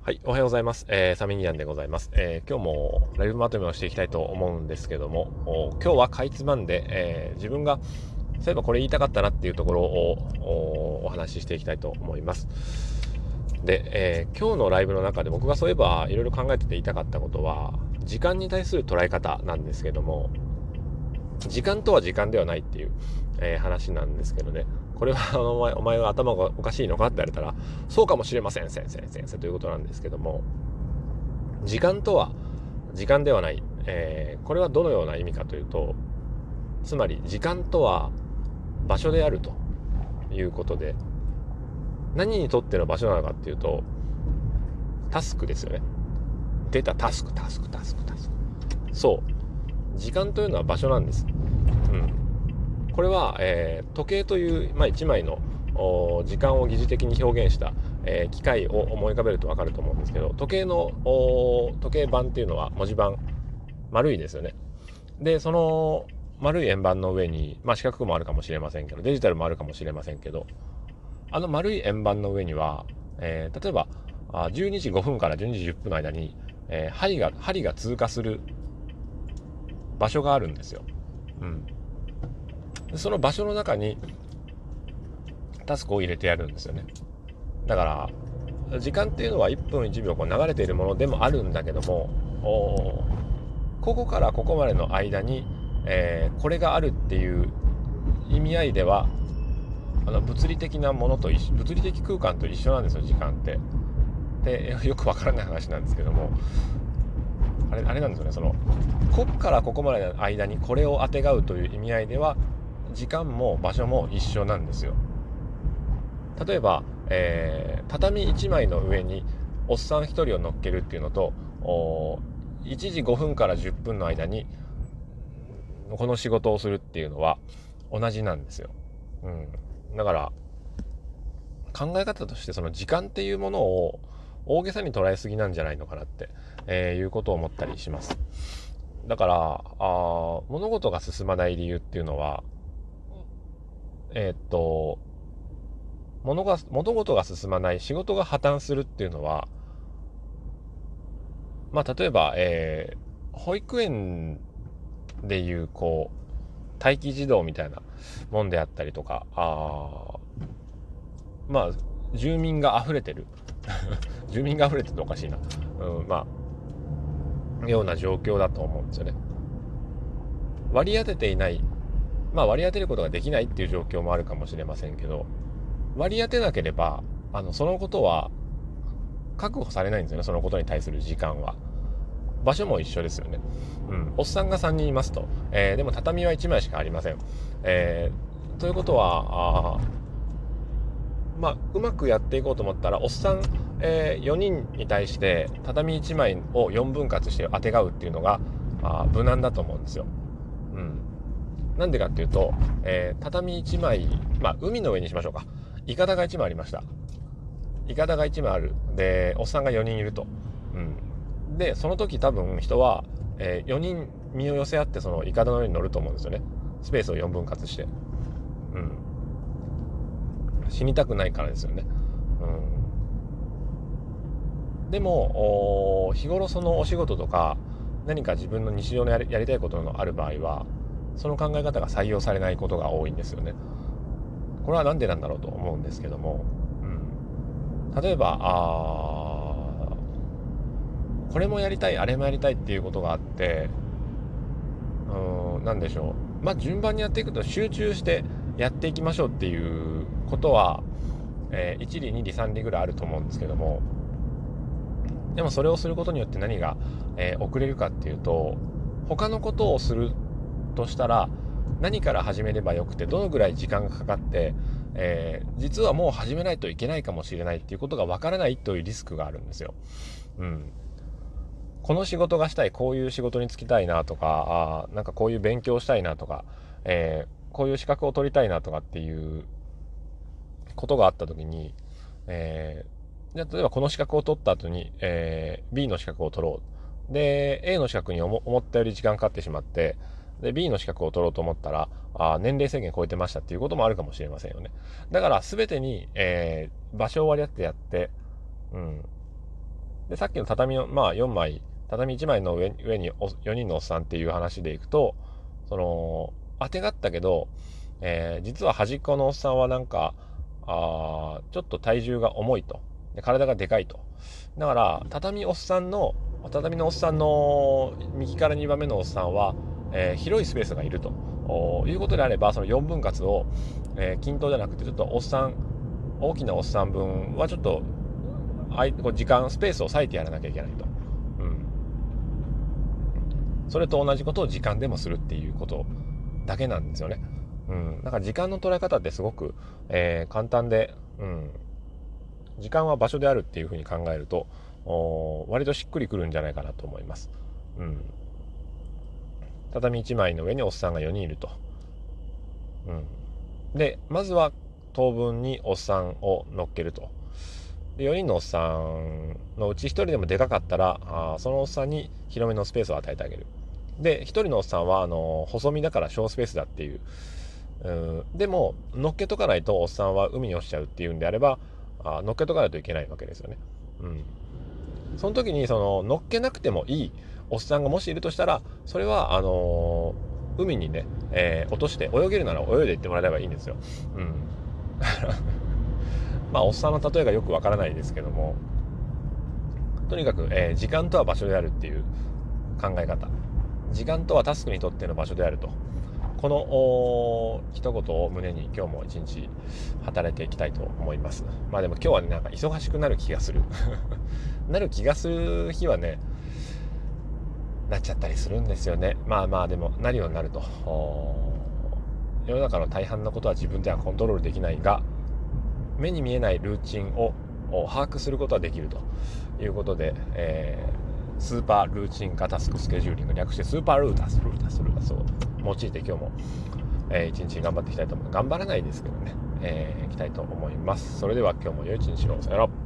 はい、おはようございます。サミニアンでございます。今日もライブまとめをしていきたいと思うんですけども、今日はかいつまんで、自分がそういえばこれ言いたかったなっていうところをお話ししていきたいと思います。で、今日のライブの中で僕がそういえばいろいろ考えてて言いたかったことは、時間に対する捉え方なんですけども、時間とは時間ではないっていう、話なんですけどね。これはお前は頭がおかしいのかって言われたら、そうかもしれません先生ということなんですけども、時間とは時間ではない、これはどのような意味かというと、つまり時間とは場所であるということで、何にとっての場所なのかっていうと、タスクですよね。出た。タスク。そう時間というのは場所なんです。これは、時計という、一枚の時間を疑似的に表現した、機械を思い浮かべると分かると思うんですけど、時計盤っていうのは文字盤丸いですよね。でその丸い円盤の上に、四角もあるかもしれませんけど、デジタルもあるかもしれませんけど、あの丸い円盤の上には、例えば12時5分から12時10分の間に、針が通過する場所があるんですよ。その場所の中にタスクを入れてやるんですよね。だから時間っていうのは1分1秒こう流れているものでもあるんだけども、ここからここまでの間に、これがあるっていう意味合いでは物理的なものと物理的空間と一緒なんですよ、時間って。でよくわからない話なんですけども、あれなんですよね。こっからここまでの間にこれをあてがうという意味合いでは時間も場所も一緒なんですよ。例えば、畳1枚の上におっさん1人を乗っけるっていうのと、1時5分から10分の間にこの仕事をするっていうのは同じなんですよ。だから考え方として、その時間っていうものを大げさに捉えすぎなんじゃないのかなって、いうことを思ったりします。だから物事が進まない理由っていうのは、物事が進まない、仕事が破綻するっていうのは、例えば、保育園でいう待機児童みたいなもんであったりとか、住民が溢れてる住民が溢れてるとおかしいな、ような状況だと思うんですよね。割り当てていない、割り当てることができないっていう状況もあるかもしれませんけど、割り当てなければそのことは確保されないんですよね。そのことに対する時間は。場所も一緒ですよね。おっさんが3人いますと、でも畳は1枚しかありません。ということはうまくやっていこうと思ったら、おっさん、4人に対して畳1枚を4分割してあてがうっていうのが無難だと思うんですよ。なんでかっていうと、畳1枚、海の上にしましょうか。イカダが1枚ありました。イカダが1枚ある。で、おっさんが4人いると。で、その時多分人は、4人身を寄せ合ってそのイカダの上に乗ると思うんですよね。スペースを4分割して。死にたくないからですよね。でも日頃そのお仕事とか何か自分の日常のやりたいことのある場合は、その考え方が採用されないことが多いんですよね。これはなんでなんだろうと思うんですけども、例えばこれもやりたいあれもやりたいっていうことがあって、なんでしょう、順番にやっていくと集中してやっていきましょうっていうことは、1理2理3理ぐらいあると思うんですけども、でもそれをすることによって何が、遅れるかっていうと、他のことをするとしたら何から始めればよくて、どのぐらい時間がかかって、実はもう始めないといけないかもしれないっていうことがわからないというリスクがあるんですよ。この仕事がしたい、こういう仕事に就きたいなとか、なんかこういう勉強したいなとか、こういう資格を取りたいなとかっていうことがあった時に、じゃあ例えばこの資格を取った後に、B の資格を取ろう。で A の資格に思ったより時間かかってしまって、で B の資格を取ろうと思ったら年齢制限超えてましたっていうこともあるかもしれませんよね。だから全てに、場所を割り当ててやって、 でさっきの畳の、4枚畳1枚の上に4人のおっさんっていう話でいくと、その当てがったけど、実は端っこのおっさんはなんかちょっと体重が重いと、で体がでかいと。だから畳のおっさんの右から2番目のおっさんは、広いスペースがいるということであれば、その4分割を、均等じゃなくてちょっと大きなおっさん分はちょっと時間スペースを割いてやらなきゃいけないと、それと同じことを時間でもするっていうことだけなんですよね。だから時間の捉え方ってすごく、簡単で、時間は場所であるっていうふうに考えると割としっくりくるんじゃないかなと思います。畳1枚の上におっさんが4人いると、でまずは当分におっさんを乗っけると。で4人のおっさんのうち1人でもでかかったらそのおっさんに広めのスペースを与えてあげる。で1人のおっさんは細身だから小スペースだっていう、でも乗っけとかないとおっさんは海に落ちちゃうっていうんであれば乗っけとかないといけないわけですよね。その時にその乗っけなくてもいいおっさんがもしいるとしたら、それは海にね、落として泳げるなら泳いでいってもらえればいいんですよ。おっさんの例えがよくわからないですけども、とにかく、時間とは場所であるっていう考え方、時間とはタスクにとっての場所であると、この一言を胸に今日も一日働いていきたいと思います。でも今日はね、なんか忙しくなる気がするなる気がする日はね、なっちゃったりするんですよね。でもなるようになると、世の中の大半のことは自分ではコントロールできないが、目に見えないルーチンを把握することはできるということで、スーパールーチン化タスクスケジューリング、略してスーパールータスを用いて今日も、一日頑張っていきたいと思います。頑張らないですけどね、いきたいと思います。それでは今日も良い一日を。さよなら。